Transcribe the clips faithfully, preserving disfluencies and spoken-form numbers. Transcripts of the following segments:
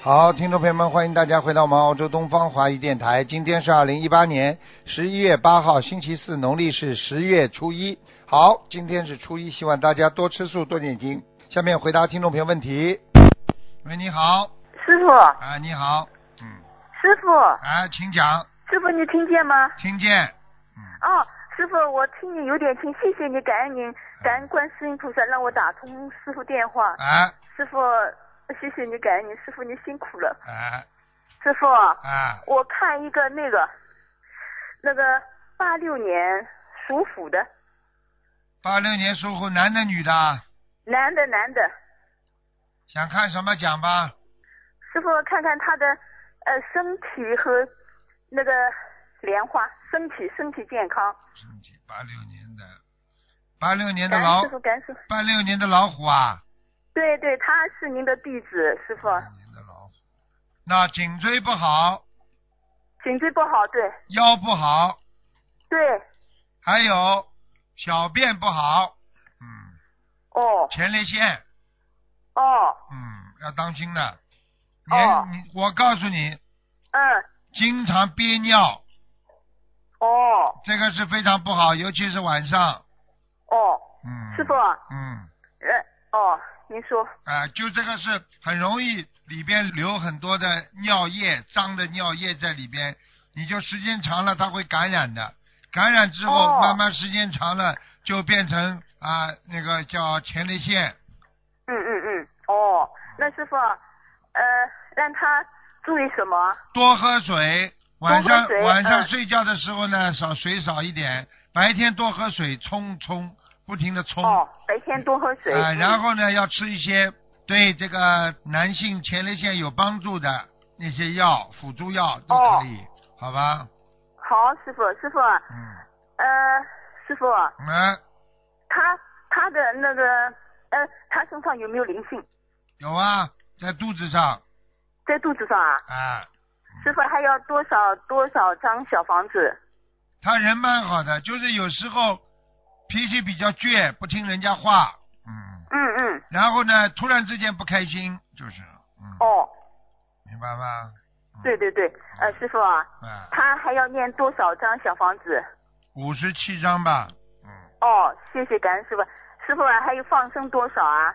好，听众朋友们，欢迎大家回到我们澳洲东方华语电台。今天是二零一八年十一月八号，星期四，农历是十月初一。好，今天是初一，希望大家多吃素，多念经。下面回答听众朋友问题。喂，你好。 师傅。 啊，你好。嗯。 师傅。 啊，请讲。 师傅，你听见吗？ 听见。 嗯。哦，师傅，我听你有点轻，谢谢你，感恩您，感恩观世音菩萨让我打通师傅电话。 啊。 师傅。谢谢你，感恩你，师傅你辛苦了。 啊， 师傅。 啊， 我看一个那个那个八六年属虎的。 八六年属虎，男的女的？ 男的，男的。 想看什么讲吧？ 师傅，看看他的呃身体和那个莲花，身体身体健康。 身体八六年的，八六年的老， 师傅感谢。 八六年的老虎啊。 对对，他是您的弟子，师傅。 您的老虎，那颈椎不好。 颈椎不好，对。 腰不好。 对。 还有小便不好。嗯。 哦。 前列腺。 哦。 嗯，要当心的。 哦。 你我告诉你。 嗯。 经常憋尿。 哦。 这个是非常不好，尤其是晚上。 哦。 嗯。 师傅。 嗯。 呃，哦。您说啊、呃，就这个是很容易里边流很多的尿液，脏的尿液在里边，你就时间长了它会感染的，感染之后、 哦、 慢慢时间长了就变成啊、呃、那个叫前列腺。 嗯嗯嗯，哦，那师傅，呃，让他注意什么？ 多喝水，晚上多喝水晚上嗯、 睡觉的时候呢，少水少一点，白天多喝水，冲冲。不停的冲哦，白天多喝水啊、呃，然后呢，要吃一些对这个男性前列腺有帮助的那些药，辅助药都可以， 哦、 好吧？ 好，师傅，师傅， 嗯， 呃，师傅， 嗯、呃， 他他的那个呃，他身上有没有灵性？ 有啊，在肚子上。 在肚子上啊？ 啊。 师傅还要多少多少张小房子？ 他人蛮好的，就是有时候。脾气比较倔，不听人家话，嗯嗯嗯， 然后呢，突然之间不开心，就是，嗯， 哦， 明白吗？ 嗯、对对对，呃，师傅啊， 啊， 他还要念多少张小房子？ 五十七张吧，嗯。 哦，谢谢感恩师傅，师傅啊，还有放生多少啊？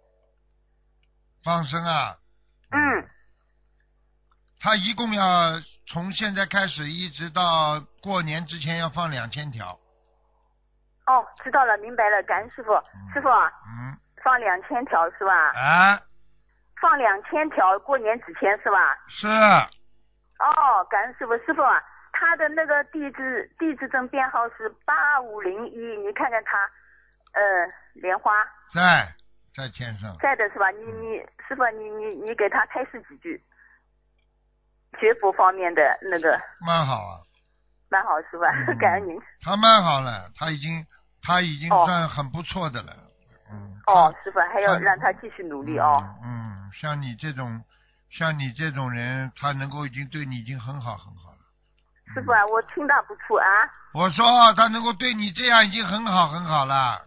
放生啊？ 嗯。 他一共要从现在开始一直到过年之前要放两千条。 哦，知道了，明白了，感恩师傅。 嗯、 师傅啊， 嗯， 放两千条是吧？ 啊， 放两千条，过年之前是吧？ 是。 哦，感恩师傅，师傅啊，他的那个地址地址证编号是八五零一，你看看他，呃，莲花在在天上。 在的是吧？你你师傅，你你你给他开示几句，学佛方面的那个。 蛮好啊。 蛮好是吧？ 嗯、 感恩您。 他蛮好了，他已经他已经算很不错的了。哦、嗯。 哦，师傅还要让他继续努力哦。 嗯, 嗯，像你这种像你这种人，他能够已经对你已经很好很好了。 师傅啊，嗯、我听他不出啊。 我说他能够对你这样已经很好很好了。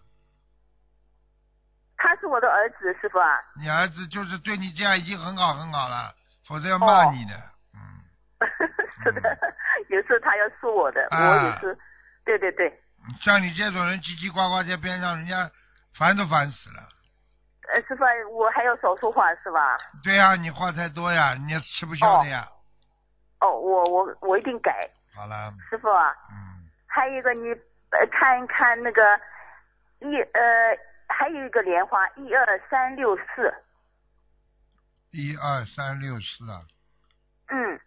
他是我的儿子，师傅啊。 你儿子就是对你这样已经很好很好了，否则要骂你的。 哦、嗯。是的。嗯有时候他要说我的，啊、我也是，对对对。 像你这种人叽叽呱呱在边上，人家烦都烦死了。 呃，师傅，我还要少说话是吧？ 对呀、啊，你话太多呀，人家吃不消的呀。 哦，哦我我我一定改。 好了。 师傅啊。 嗯。 还有一个你呃看一看那个一呃还有一个莲花一二三六四。 一二三六四啊。 嗯。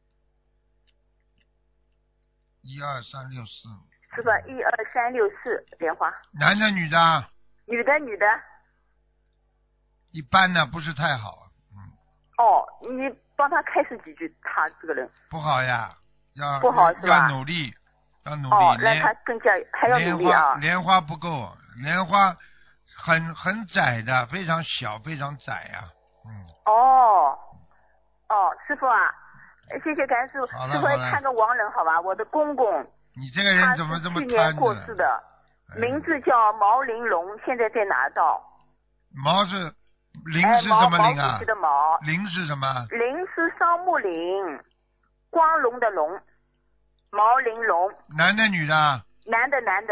一二三六四， 是吧？一二三六四莲花。 男的女的？ 女的女的。 一般的，不是太好。嗯。 哦，你帮他开示几句，他这个人。 不好呀，要不好是吧？ 要努力，要努力。 哦，让他更加还要努力啊。 莲花不够，莲花很很窄的，非常小，非常窄呀、啊。嗯。 哦，哦，师傅啊。谢谢感恩师傅，师傅看个亡人好吧？我的公公， 你这个人怎么这么贪呢？ 去年过世的，名字叫毛玲龙，现在在哪道？ 毛是林哎， 是毛毛什么林啊主席？的毛， 林是什么？ 林是双木林，光荣的荣，毛玲珑， 男的女的？ 男的男的。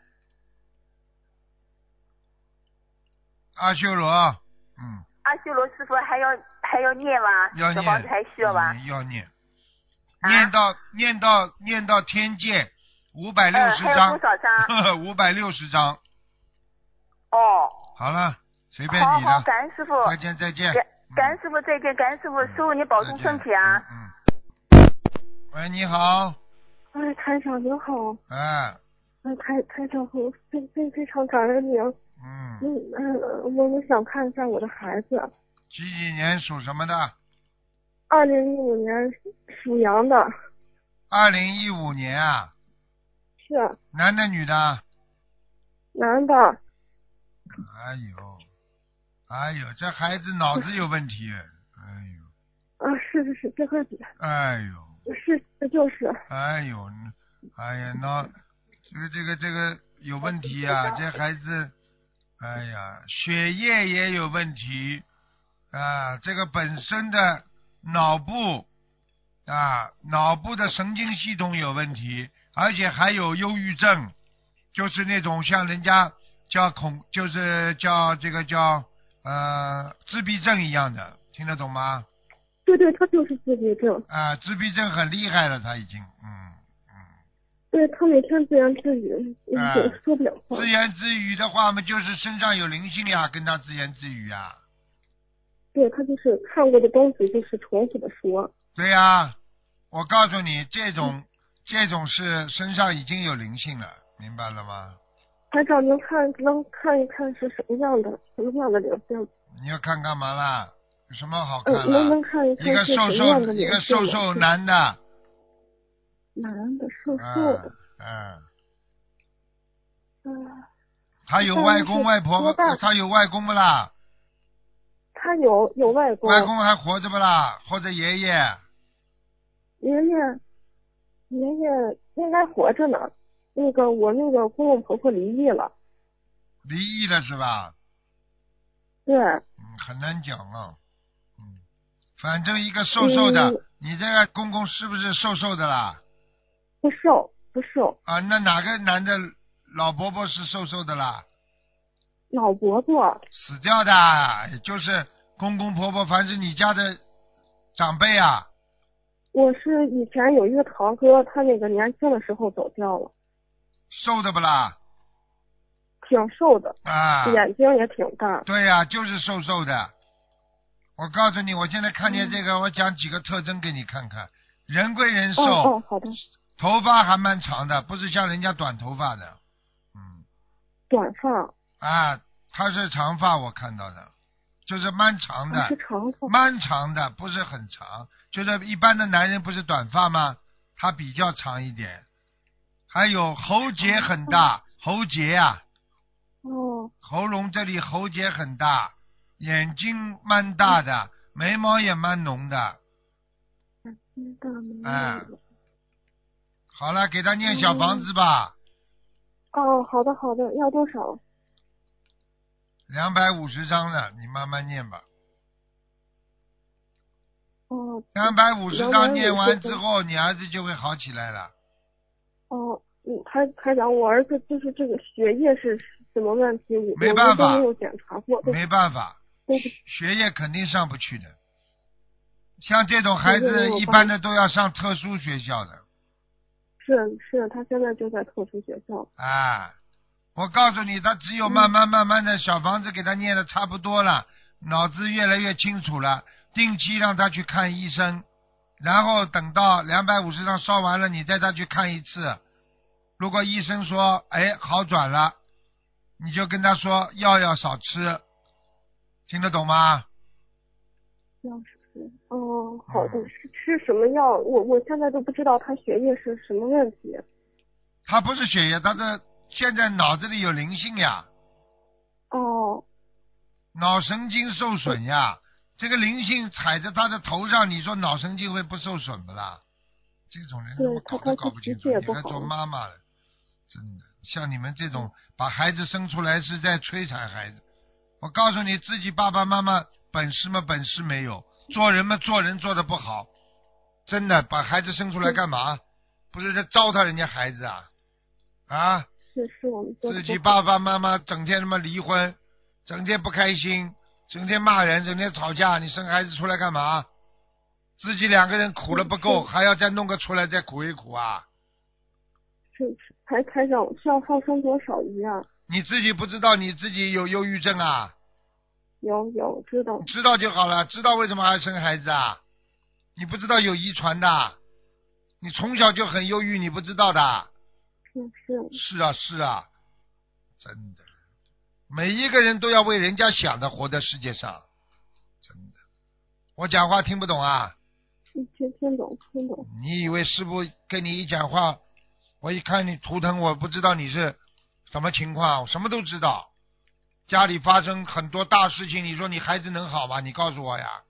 阿修罗。嗯。 阿修罗师傅还要还要念吗？ 要念。 小房子还需要吧？ 要念。 啊、 念到念到念到天界五百六十呃、还章。 有多少张？ 五百六十章。 哦。 好了，随便你的。 好好，感恩师傅。 再见再见。 感感恩师傅再见，感恩师傅，师傅你保重身体啊。 嗯。嗯喂，你好。 哎，台长您好。 哎。 哎，台台长，我非非非常感恩您。 嗯。 嗯嗯，我我想看一下我的孩子。 几几年属什么的？ 二零一五年属羊的。 二零一五年啊。 是。 男的女的？ 男的。 哎呦，哎呦，这孩子脑子有问题，哎呦。 啊，是是是，这个。 哎呦。 是，就是。 哎呦，哎呀，脑这个这个这个有问题呀、啊，这孩子，哎呀，血液也有问题啊，这个本身的脑部啊，脑部的神经系统有问题，而且还有忧郁症，就是那种像人家叫恐，就是叫这个叫呃自闭症一样的，听得懂吗？ 对对，他就是自闭症。 啊，自闭症很厉害了，他已经，嗯嗯。 对，他每天自言自语， 啊、 也说不了话。 自言自语的话嘛，就是身上有灵性呀，跟他自言自语呀。 对，他就是看过的东西就是重复的说。 对呀，我告诉你，这种、嗯、这种是身上已经有灵性了，明白了吗？ 台长，能看能看一看是什么样的什么样的灵性？ 你要看干嘛啦？有什么好看嗯，能能看一看一个瘦瘦一个瘦瘦男的。 男的瘦瘦的。 嗯。 嗯。 他有外公外婆，他有外公不啦？ 他有有外公。 外公还活着不啦？或者爷爷？ 爷爷，爷爷应该活着呢。那个我那个公公婆婆离异了。 离异了是吧？ 对。 嗯，很难讲啊。嗯，反正一个瘦瘦的， 嗯、 你这个公公是不是瘦瘦的啦？ 不瘦，不瘦。 啊，那哪个男的老伯伯是瘦瘦的啦？ 老伯伯。 死掉的，就是公公婆婆，凡是你家的长辈啊。 我是以前有一个堂哥，他那个年轻的时候走掉了。 瘦的不啦？ 挺瘦的啊， 眼睛也挺大。 对呀、啊，就是瘦瘦的。我告诉你，我现在看见这个，嗯、我讲几个特征给你看看。人贵人瘦。 哦哦，好的。 头发还蛮长的，不是像人家短头发的。嗯。 短发。 啊，他是长发，我看到的，就是蛮长的。 是长发。 蛮长的，不是很长，就是一般的男人不是短发吗？他比较长一点。还有喉结很大，喉结呀、 啊。哦。 喉咙这里喉结很大，眼睛蛮大的，眉毛也蛮浓的。 眼睛大，眉毛哎。好了，给他念小房子吧。 嗯、哦，好的好的，要多少？ 两百五十张了，你慢慢念吧。 哦。 两百五十张念完之后，你儿子就会好起来了。 哦，嗯，台台长，我儿子就是这个血液是什么问题？我没办法， 我都没有检查过。 没办法，血液肯定上不去的。像这种孩子，一般的都要上特殊学校的。 是是，他现在就在特殊学校。 啊，我告诉你，他只有慢慢慢慢的小房子给他念的差不多了，嗯、脑子越来越清楚了，定期让他去看医生，然后等到两百五十张烧完了，你再他去看一次。如果医生说，哎，好转了，你就跟他说药要少吃，听得懂吗？ 药是哦，好的，是吃什么药？我我现在都不知道他血液是什么问题。 他不是血液，他的现在脑子里有灵性呀。 哦。 脑神经受损呀，这个灵性踩在他的头上，你说脑神经会不受损不啦？这种人怎么搞都搞不清楚，你还做妈妈了，真的，像你们这种把孩子生出来是在摧残孩子， 我告诉你，自己爸爸妈妈本事嘛本事没有，做人嘛做人做的不好，真的把孩子生出来干嘛？不是在糟蹋人家孩子啊啊！ 是是我们做的自己不好爸爸妈妈整天他妈离婚，整天不开心，整天骂人，整天吵架，你生孩子出来干嘛？自己两个人苦了不够， 是还要再弄个出来再苦一苦啊！ 是是，台台长需要放生多少鱼啊？ 你自己不知道你自己有忧郁症啊？ 有有知道知道就好了，知道为什么还要生孩子啊？你不知道有遗传的，你从小就很忧郁，你不知道的。 是是是啊是啊，真的，每一个人都要为人家想的活在世界上，真的。我讲话听不懂啊？ 听听懂听懂。 你以为师傅跟你一讲话，我一看你图腾，我不知道你是什么情况，我什么都知道。家里发生很多大事情，你说你孩子能好吗？你告诉我呀。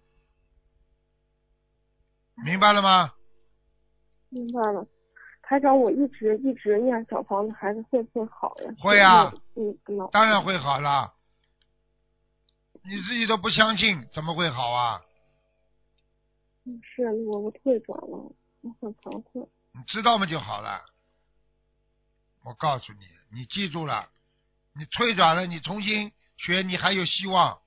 明白了吗？ 明白了。台长，我一直一直念小房子，孩子会不会好呀？ 会啊， 嗯嗯， 当然会好了。你自己都不相信，怎么会好啊？ 嗯，是我我退转了，我很惭愧。 你知道吗就好了。我告诉你，你记住了，你退转了，你重新学，你还有希望。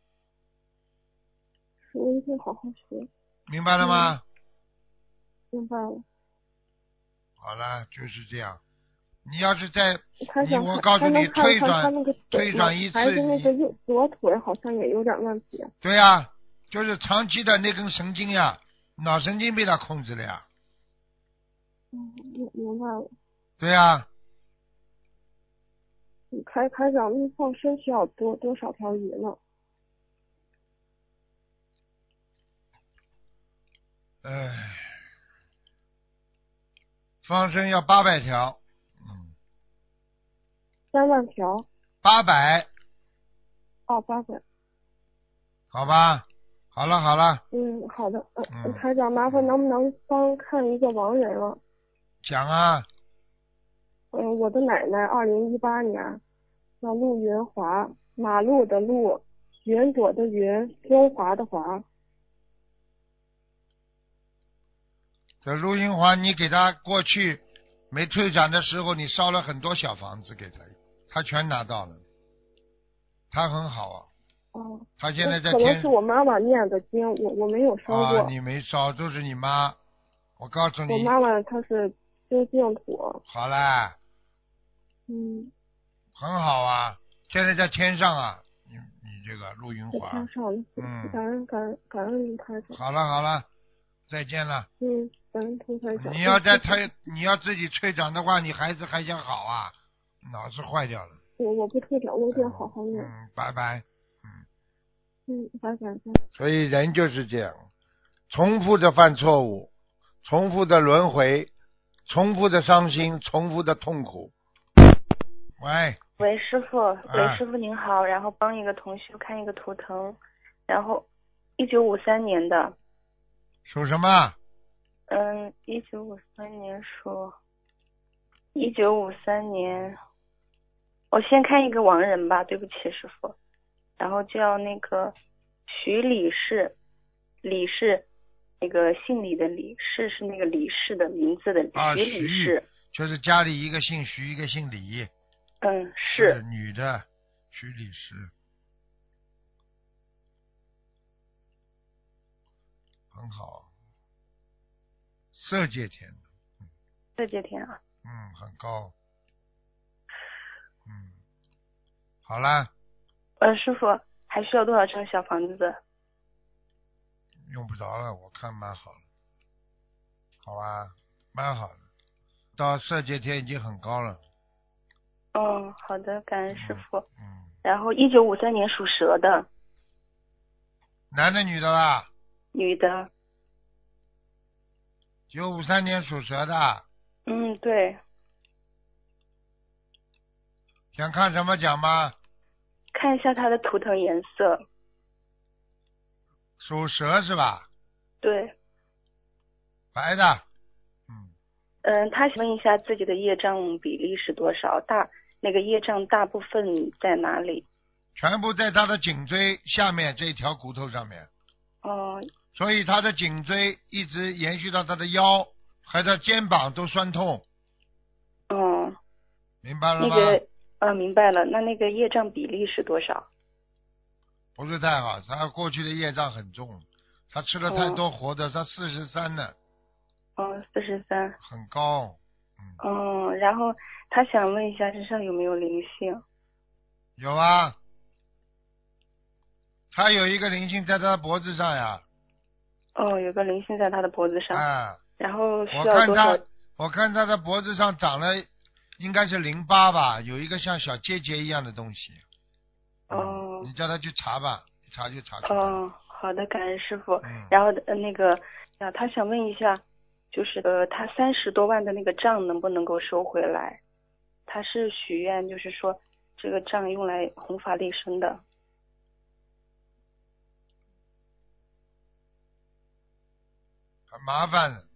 我一定好好学。 明白了吗？ 嗯、明白了。 好了，就是这样。你要是在，你台长， 我告诉你， 看退转看他那个退转一次， 孩子那个右左腿好像也有点问题。 对呀、啊，就是长期的那根神经呀，脑神经被他控制了呀。 嗯，明明白了。 对呀、啊。 台台长，那放生需要多多少条鱼呢？ 唉，放生要八百条。嗯。 三万条。 八百。 哦，八百。 好吧，好了好了。 嗯，好的。呃、 嗯， 台长，麻烦能不能帮看一个亡人了？ 讲啊。 嗯、呃，我的奶奶，二零一八年，叫陆云华，马路的路，云朵的云，中华的华。 这陆云华，你给他过去没退转的时候，你烧了很多小房子给他，他全拿到了，他很好啊。 哦。 他现在在可天。 能是我妈妈念的经，我我没有烧过。 啊，你没烧，就是你妈。我告诉你。 我妈妈她是修净土。 好啦。 嗯。 很好啊，现在在天上啊，你你这个陆云华。 在天上。嗯。感恩感恩感恩台长。 好了好了，再见了。 嗯，感恩卢台长。 你要再退，你要自己退转的话，你孩子还想好啊？脑子坏掉了。 我我不退转，我一定好好念。 嗯，拜拜。嗯。 嗯，拜拜。 所以人就是这样，重复着犯错误，重复的轮回，重复的伤心，重复的痛苦。喂。 喂，师傅，喂， 啊、 师傅您好，然后帮一个同学看一个图腾，然后一九五三年的。 属什么？ 嗯，一九五三年属，一九五三年，我先看一个亡人吧，对不起师傅，然后叫那个徐李氏，李是那个姓李的李，氏是那个李氏的名字的李， 啊， 徐李氏， 就是家里一个姓徐，一个姓李。 嗯，是女的，徐李氏，很好，色界天， 色界天啊， 嗯，很高，嗯，好了。 呃，师傅还需要多少张小房子？ 用不着了，我看蛮好了，好吧，蛮好的，到色界天已经很高了。 嗯，好的，感恩师傅。 嗯。嗯， 然后一九五三年属蛇的。 男的女的啦？ 女的。 九五三年属蛇的。 嗯，对。 想看什么讲吗？ 看一下他的图腾颜色。 属蛇是吧？ 对。 白的。 嗯。嗯，他想问一下自己的业障比例是多少？大那个业障大部分在哪里？ 全部在他的颈椎下面这一条骨头上面。 哦。 所以他的颈椎一直延续到他的腰和他肩膀都酸痛。 哦。 明白了吗？ 那个呃，明白了。那那个业障比例是多少？ 不是太好，他过去的业障很重，他吃了太多活的，他四十三呢。 哦，四十三。 很高。 嗯。哦，然后他想问一下身上有没有灵性？ 有啊，他有一个灵性在他的脖子上呀。 哦，有个灵性在他的脖子上。 啊。 然后需我要多少？ 看他，我看他的脖子上长了，应该是淋巴吧，有一个像小结节一样的东西。 哦。 你叫他去查吧，一查就查出来。 哦，好的，感恩师傅。 嗯。 然后呃那个啊，他想问一下，就是呃，他三十多万的那个账能不能够收回来？他是许愿，就是说这个账用来弘法利生的。 很麻烦的，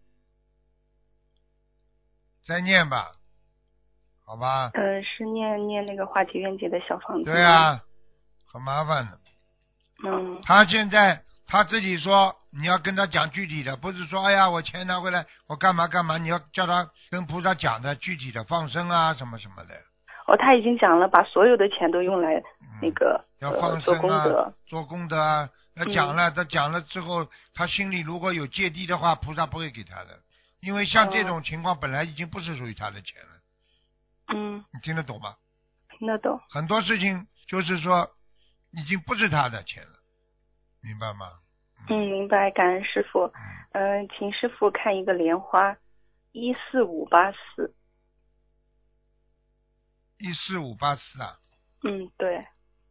再念吧，好吧？ 嗯、呃，是念念那个化解冤结的小房子。 对啊，很麻烦的。 嗯。 他现在他自己说，你要跟他讲具体的，不是说哎呀我钱拿回来我干嘛干嘛，你要叫他跟菩萨讲的具体的放生啊什么什么的。 哦，他已经讲了，把所有的钱都用来那个、 嗯、要放生啊、 呃、做功德， 做功德啊。他讲了，他讲了之后，他心里如果有芥蒂的话，菩萨不会给他的，因为像这种情况本来已经不是属于他的钱了。 嗯。 你听得懂吗？ 听得懂。 很多事情就是说，已经不是他的钱了，明白吗？ 嗯，明白，感恩师傅。嗯、呃，请师傅看一个莲花，一四五八四。 一四五八四啊。 嗯，对。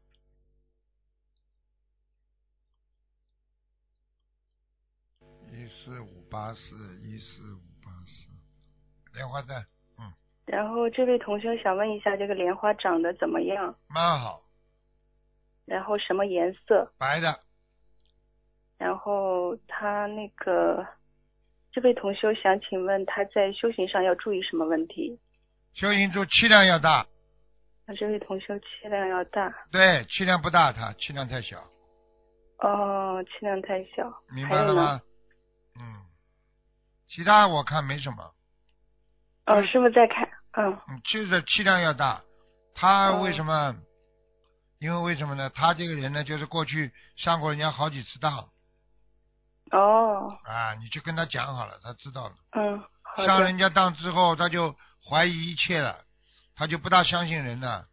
一四五八四，一四五八四，莲花在，嗯。 然后这位同学想问一下，这个莲花长得怎么样？ 蛮好。 然后什么颜色？ 白的。 然后他那个这位同学想请问他在修行上要注意什么问题？ 修行中气量要大。 那这位同学气量要大。 对，气量不大，他气量太小。 哦，气量太小。 明白了吗？嗯，其他我看没什么。 哦，师傅在看，嗯。 嗯，就是气量要大。他为什么？哦、因为为什么呢？他这个人呢，就是过去上过人家好几次当。 哦。 啊，你就跟他讲好了，他知道了。 嗯，好的。 上人家当之后，他就怀疑一切了，他就不大相信人了。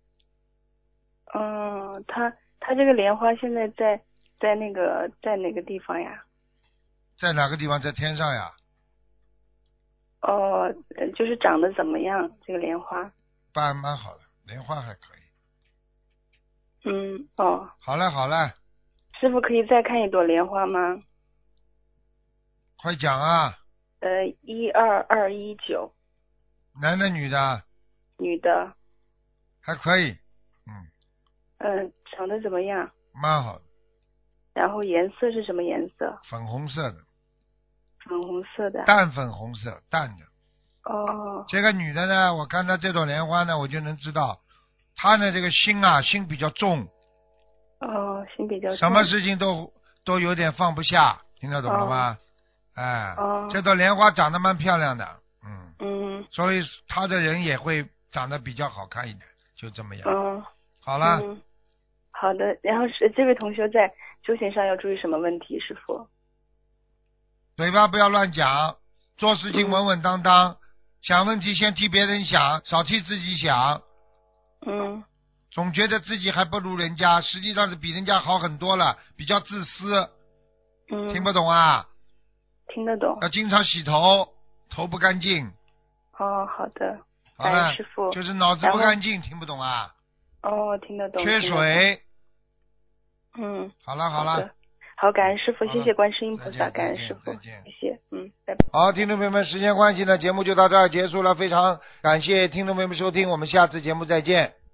嗯，他他这个莲花现在在在那个在哪个地方呀？ 在哪个地方？在天上呀。 哦，就是长得怎么样？这个莲花？ 办蛮好的，莲花还可以。 嗯，哦。 好了好了。 师傅可以再看一朵莲花吗？ 快讲啊。 呃，一二二一九。 男的女的？ 女的。 还可以。嗯。 嗯，长得怎么样？ 蛮好的。 然后颜色是什么颜色？ 粉红色的。 粉红色的。 淡粉红色，淡的。 哦。 这个女的呢，我看她这朵莲花呢，我就能知道，她呢这个心啊，心比较重。 哦，心比较重。 什么事情都都有点放不下，听得懂了吗？哦、哎、 哦， 这朵莲花长得蛮漂亮的，嗯嗯， 所以她的人也会长得比较好看一点，就这么样。 嗯， 好了。 嗯，好的。然后是这位同学在修行上要注意什么问题，师傅？ 嘴巴不要乱讲，做事情稳稳当当，嗯、想问题先替别人想，少替自己想。 嗯。 总觉得自己还不如人家，实际上是比人家好很多了，比较自私。 嗯。 听不懂啊？ 听得懂。 要经常洗头，头不干净。 哦，好的。 好了， 师傅。 就是脑子不干净，听不懂啊？ 哦，听得懂。 缺水。 嗯。 好了好了。 好，感恩师傅，谢谢观世音菩萨，感恩师傅，谢谢，嗯，拜拜。 好，听众朋友们，时间关系呢，节目就到这儿结束了，非常感谢听众朋友们收听，我们下次节目再见。